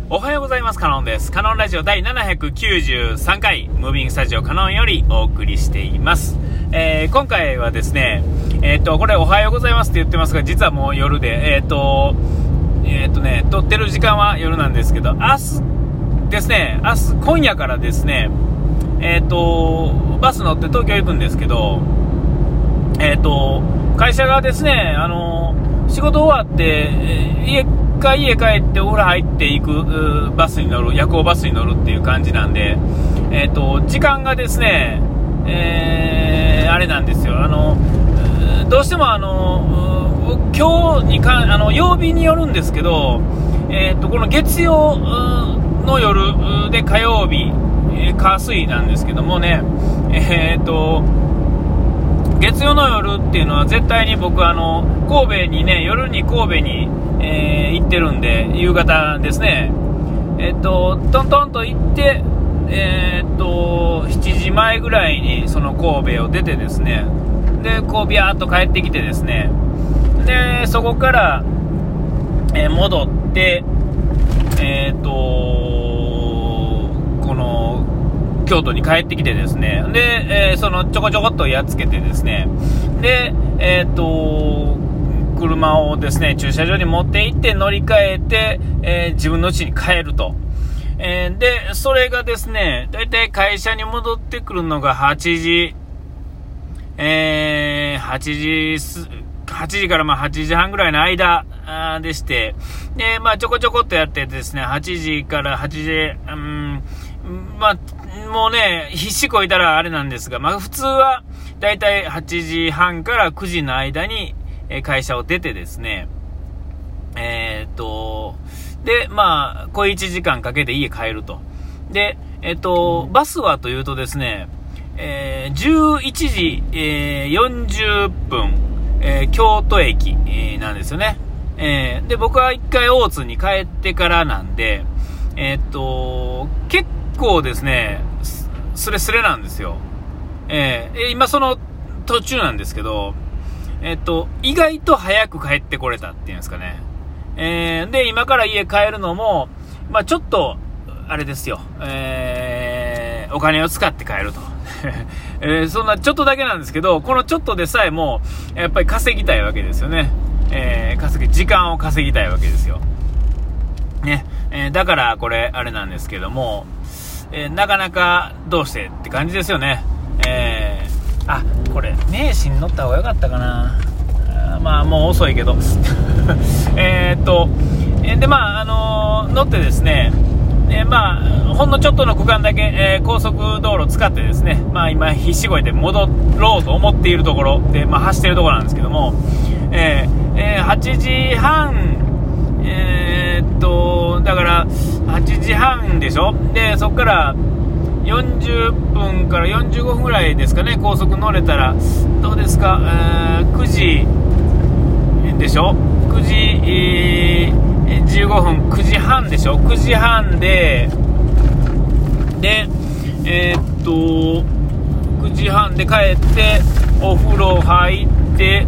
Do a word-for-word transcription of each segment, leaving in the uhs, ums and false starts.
おはようございます。カノンです。カノンラジオ第ななひゃくきゅうじゅうさんかいムービングスタジオカノンよりお送りしています。えー、今回はですね、えっとこれおはようございますって言ってますが、実はもう夜で、えっとえっとね撮ってる時間は夜なんですけど、明日ですね、明日今夜からですね、えっとバス乗って東京行くんですけど、えっと会社がですね、あの仕事終わって、えー、家一回家帰ってお風呂入っていくバスに乗る、夜行バスに乗るっていう感じなんで、えーと、時間がですね、えー、あれなんですよ。あのどうしてもあの今日にかあの曜日によるんですけど、えーと、この月曜の夜で火曜日、火水なんですけどもね、えーと月曜の夜っていうのは絶対に僕あの神戸にね、夜に神戸に、えー、行ってるんで、夕方ですね、えっとトントンと行って、えー、っとしちじまえぐらいにその神戸を出てですね、でこうビャーっと帰ってきてですね、でそこから、えー、戻ってえー、っとこの京都に帰ってきてですね、で、えー、そのちょこちょこっとやっつけてですね、で、えー、っと車をですね駐車場に持って行って乗り換えて、えー、自分の家に帰ると、えー、でそれがですね、だいたい会社に戻ってくるのがはちじ、えー、はちじはちじからまあはちじはんぐらいの間でして、でまあちょこちょこっとやってですね、はちじからはちじ、うんまあもうね必死こいたらあれなんですが、まあ普通はだいたいはちじはんからくじの間に会社を出てですね、えー、っとでまあ小いちじかんかけて家帰ると。でえー、っとバスはというとですね、えー、じゅういちじ、えー、よんじゅっぷん、えー、京都駅、えー、なんですよね。えー、で僕は一回大津に帰ってからなんで、えー、っと結構ですねスレスレなんですよ。えー、今その途中なんですけど、えっと意外と早く帰ってこれたっていうんですかね。えー、で今から家帰るのもまあちょっとあれですよ、えー、お金を使って帰ると、えー、そんなちょっとだけなんですけど、このちょっとでさえもやっぱり稼ぎたいわけですよね。えー、稼ぎ時間を稼ぎたいわけですよね。えー、だからこれあれなんですけども、えー、なかなかどうしてって感じですよね。えー、あこれ名刺に乗った方が良かったかな。あまあもう遅いけどえっとでまああのー、乗ってですね、でまあほんのちょっとの区間だけ、えー、高速道路を使ってですね、まあ今必死こいて戻ろうと思っているところで、まあ走っているところなんですけども、えーえー、はちじはん、えー、っとだからはちじはんでしょ。でそこからよんじゅっぷんからよんじゅうごふんぐらいですかね、高速乗れたら。どうですか、えー、くじでしょ、くじ、えー、じゅうごふん、くじはんでしょ、くじはんででえー、っとくじはんで帰ってお風呂入って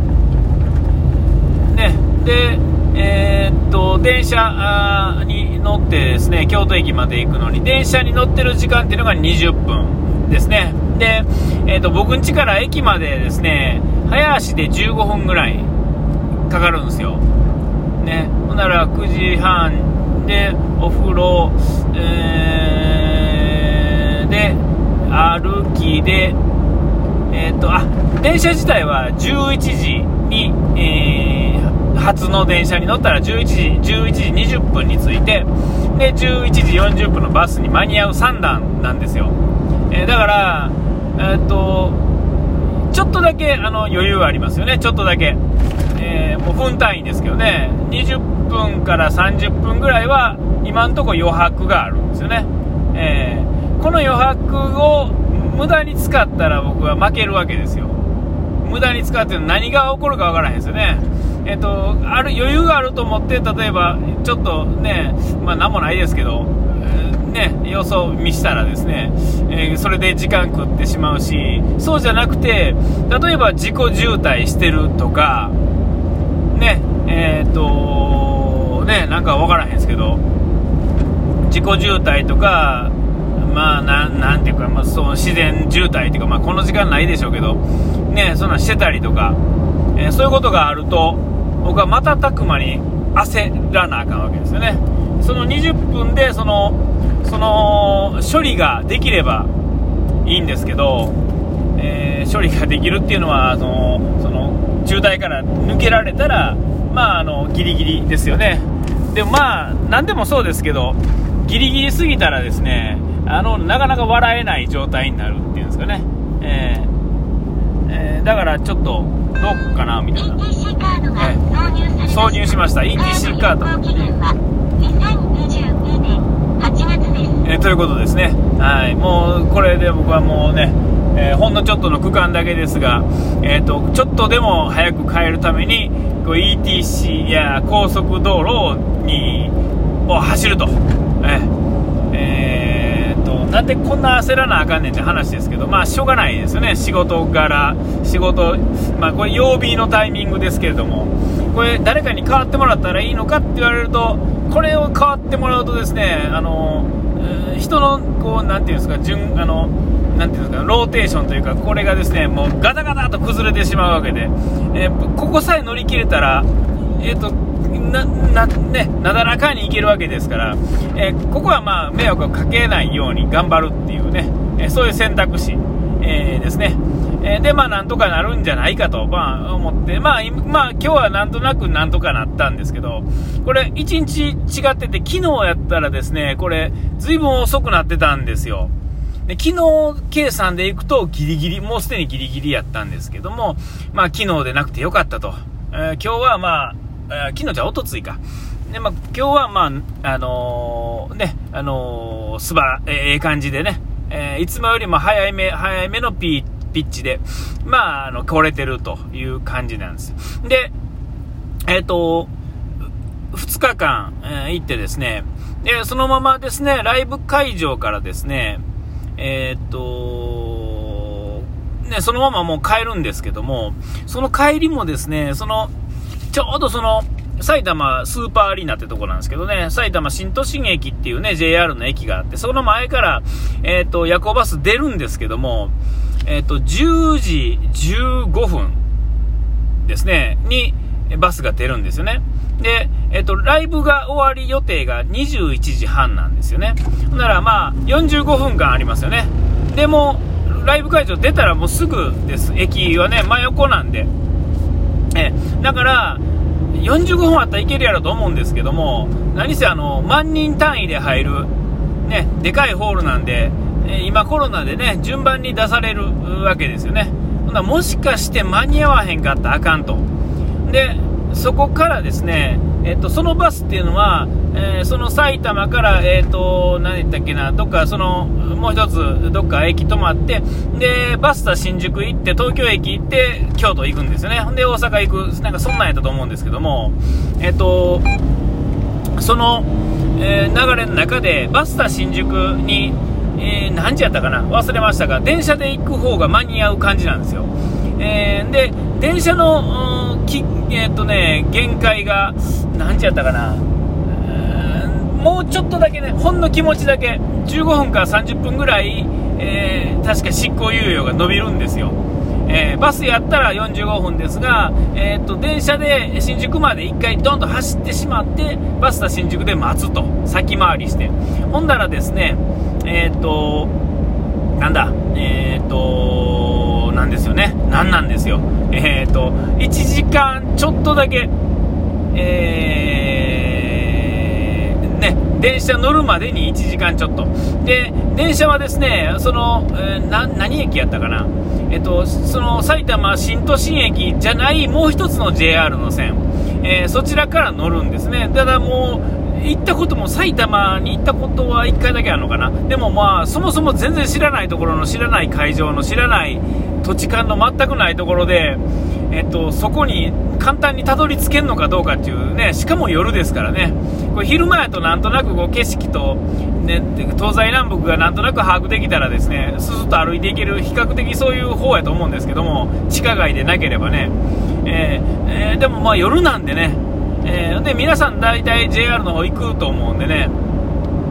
ね、でえー、っと電車に乗ってですね、京都駅まで行くのに電車に乗ってる時間っていうのがにじゅっぷんですね。で、えー、っと僕ん家から駅までですね、早足でじゅうごふんぐらいかかるんですよね。ほんならくじはんでお風呂、えー、で歩きでえー、っとあ電車自体はじゅういちじに、えー初の電車に乗ったらじゅういちじ、じゅういちじにじゅっぷんに着いて、でじゅういちじよんじゅっぷんのバスに間に合うさん段なんですよ。えー、だから、えー、っとちょっとだけあの余裕ありますよね。ちょっとだけ、えー、もう分単位ですけどね、にじゅっぷんからさんじゅっぷんぐらいは今のところ余白があるんですよね。えー、この余白を無駄に使ったら僕は負けるわけですよ。無駄に使って何が起こるかわからないですよね。えっと、ある余裕があると思って、例えばちょっとね、まあ何もないですけど、えー、ね、様子を見したらですね、えー、それで時間食ってしまうし、そうじゃなくて、例えば自己渋滞してるとかね、えっとね、なんかわからへんですけど、 自己渋滞とか、まあ、な, なんていうか、まあ、そう自然渋滞というか、まあ、この時間ないでしょうけど、ね、そんなんしてたりとか、えー、そういうことがあると僕は瞬く間に焦らなあかんわけですよね。そのにじゅっぷんでその、その処理ができればいいんですけど、えー、処理ができるっていうのはその、その渋滞から抜けられたら、まあ、あのギリギリですよね。でもまあ何でもそうですけど、ギリギリ過ぎたらですね、あのなかなか笑えない状態になるっていうんですかね、えーえー、だからちょっとどうかなみたいな、えー、挿入しました イーティーシー カード、えー、ということですね。はい、もうこれで僕はもうね、えー、ほんのちょっとの区間だけですが、えー、とちょっとでも早く帰るためにこう イーティーシー や高速道路にを走ると、えーえー、となんでこんな焦らなあかんねんって話ですけど、まあしょうがないですよね。仕事柄、仕事、まあこれ曜日のタイミングですけれども、これ誰かに代わってもらったらいいのかって言われると、これを代わってもらうとですね、あの人のこうなんていうんですか、順あのなんていうんですか、ローテーションというか、これがですねもうガタガタと崩れてしまうわけで、えー、ここさえ乗り切れたら、えーとな, な, ね、なだらかにいけるわけですから、えー、ここはまあ迷惑をかけないように頑張るっていうね、えー、そういう選択肢、えー、ですね、えー、でまあなんとかなるんじゃないかと、まあ、思って、まあ、まあ今日はなんとなくなんとかなったんですけど、これいちにち違ってて、昨日やったらですねこれずいぶん遅くなってたんですよ。で昨日計算でいくとギリギリ、もうすでにギリギリやったんですけども、まあ昨日でなくてよかったと、えー、今日はまあ昨日じゃおとついかで、まあ、今日はまああのー、ねあのー、すばええ感じでね、えー、いつもよりも早いめ早いめのピーピッチでまああの来れてるという感じなんです。でえっ、ー、とふつかかん、えー、行ってですね、でそのままですねライブ会場からですねえっ、ー、とねそのままもう帰るんですけども、その帰りもですねそのちょうどその埼玉スーパーアリーナってとこなんですけどね、埼玉新都心駅っていうね ジェイアール の駅があって、その前からえっ、ー、と夜行バス出るんですけども、えっ、ー、とじゅうじじゅうごふんですねにバスが出るんですよね。でえっ、ー、とライブが終わり予定がにじゅういちじはんなんですよね。ほんならまあよんじゅうごふんかんありますよね。でもライブ会場出たらもうすぐです。駅はね真横なんで、えだからよんじゅうごふんあったらいけるやろと思うんですけども、何せあの万人単位で入る、ね、でかいホールなんで、え今コロナでね順番に出されるわけですよね。ほんならもしかして間に合わへんかったらあかんと。でそこからですね、えっと、そのバスっていうのは、えー、その埼玉から、えっと、何言ったっけな、どっかそのもう一つどっか駅止まって、でバスタ新宿行って東京駅行って京都行くんですよね。ほんで大阪行く、なんかそんなんやったと思うんですけども、えっとその、えー、流れの中でバスタ新宿に、えー、何時やったかな忘れましたが、電車で行く方が間に合う感じなんですよ。えー、で電車の、うんきえーっとね、限界が何時やったかな、もうちょっとだけね、ほんの気持ちだけじゅうごふんからさんじゅっぷんぐらい、えー、確か執行猶予が伸びるんですよ。えー、バスやったらよんじゅうごふんですが、えー、っと電車で新宿までいっかいドンと走ってしまってバスタ新宿で待つと、先回りして、ほんだらですねえー、っとなんだえー、っとなんですよねなんなんですよえー、っといちじかんちょっとだけえー、ね電車乗るまでにいちじかんちょっとで、電車はですねその、えー、な何駅やったかな、えっと、その埼玉新都心駅じゃないもう一つの ジェイアール の線、えー、そちらから乗るんですね。ただもう行ったことも埼玉に行ったことはいっかいだけあるのかな。でもまあそもそも全然知らないところの知らない会場の知らない土地勘の全くないところで、えっと、そこに簡単にたどり着けるのかどうかっていうね、しかも夜ですからね。これ昼間やとなんとなくこう景色と、ね、東西南北がなんとなく把握できたらですねスーッと歩いていける比較的そういう方やと思うんですけども、地下街でなければね、えーえー、でもまあ夜なんでね、えー、で皆さん大体 ジェイアール の方行くと思うんでね、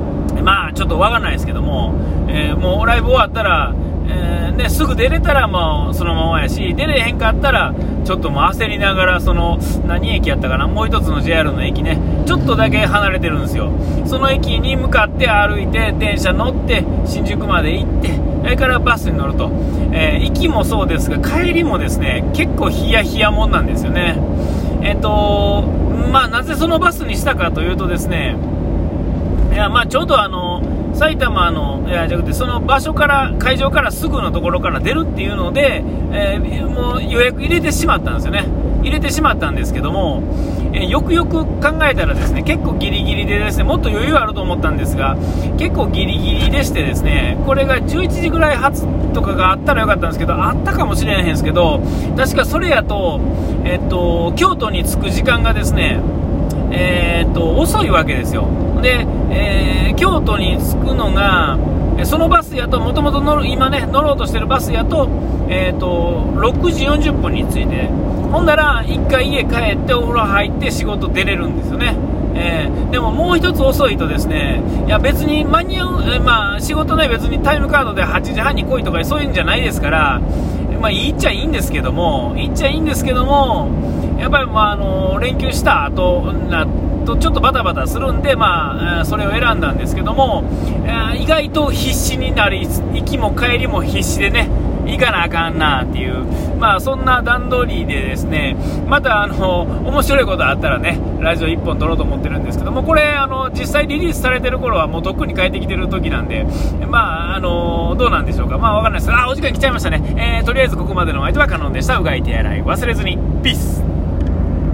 まあちょっとわかんないですけども、えー、もうライブ終わったら、えーね、すぐ出れたらもうそのままやし、出れへんかったらちょっともう焦りながら、その何駅やったかな、もう一つの ジェイアール の駅ね、ちょっとだけ離れてるんですよ。その駅に向かって歩いて電車乗って新宿まで行って、それからバスに乗ると、えー、行きもそうですが帰りもですね結構ヒヤヒヤもんなんですよね。えっとまあなぜそのバスにしたかというとですね、いやまあちょうどあの埼玉の、いやじゃなくてその場所から会場からすぐのところから出るっていうので、えー、もう予約入れてしまったんですよね。入れてしまったんですけども、えー、よくよく考えたらですね結構ギリギリでですね、もっと余裕あると思ったんですが結構ギリギリでしてですね、これがじゅういちじぐらい発とかがあったらよかったんですけど、あったかもしれないんですけど、確かそれやと、えっと京都に着く時間がですねえー、っと遅いわけですよ。で、えー、京都に着くのがそのバスやと、もともと今ね乗ろうとしてるバスやと、えー、っとろくじよんじゅっぷんに着いて、ほんならいっかい家帰ってお風呂入って仕事出れるんですよね。えー、でももう一つ遅いとですね、いや別に間に合う、えー、まあ仕事ね別にタイムカードではちじはんに来いとかそういうんじゃないですから、まあいいっちゃいいんですけども、いいっちゃいいんですけども、やっぱりまああの連休した後なとちょっとバタバタするんで、まあそれを選んだんですけども、意外と必死になり、行きも帰りも必死でね行かなあかんなっていう、まあそんな段取りでですね、またあの面白いことあったらねラジオいっぽん撮ろうと思ってるんですけども、これあの実際リリースされてる頃はもうとっくに帰ってきてる時なんで、まああのどうなんでしょうか、まあわかんないです。あ、お時間来ちゃいましたね。えー、とりあえずここまでのお相手はカノンでした。うがい手洗い忘れずに。ピース。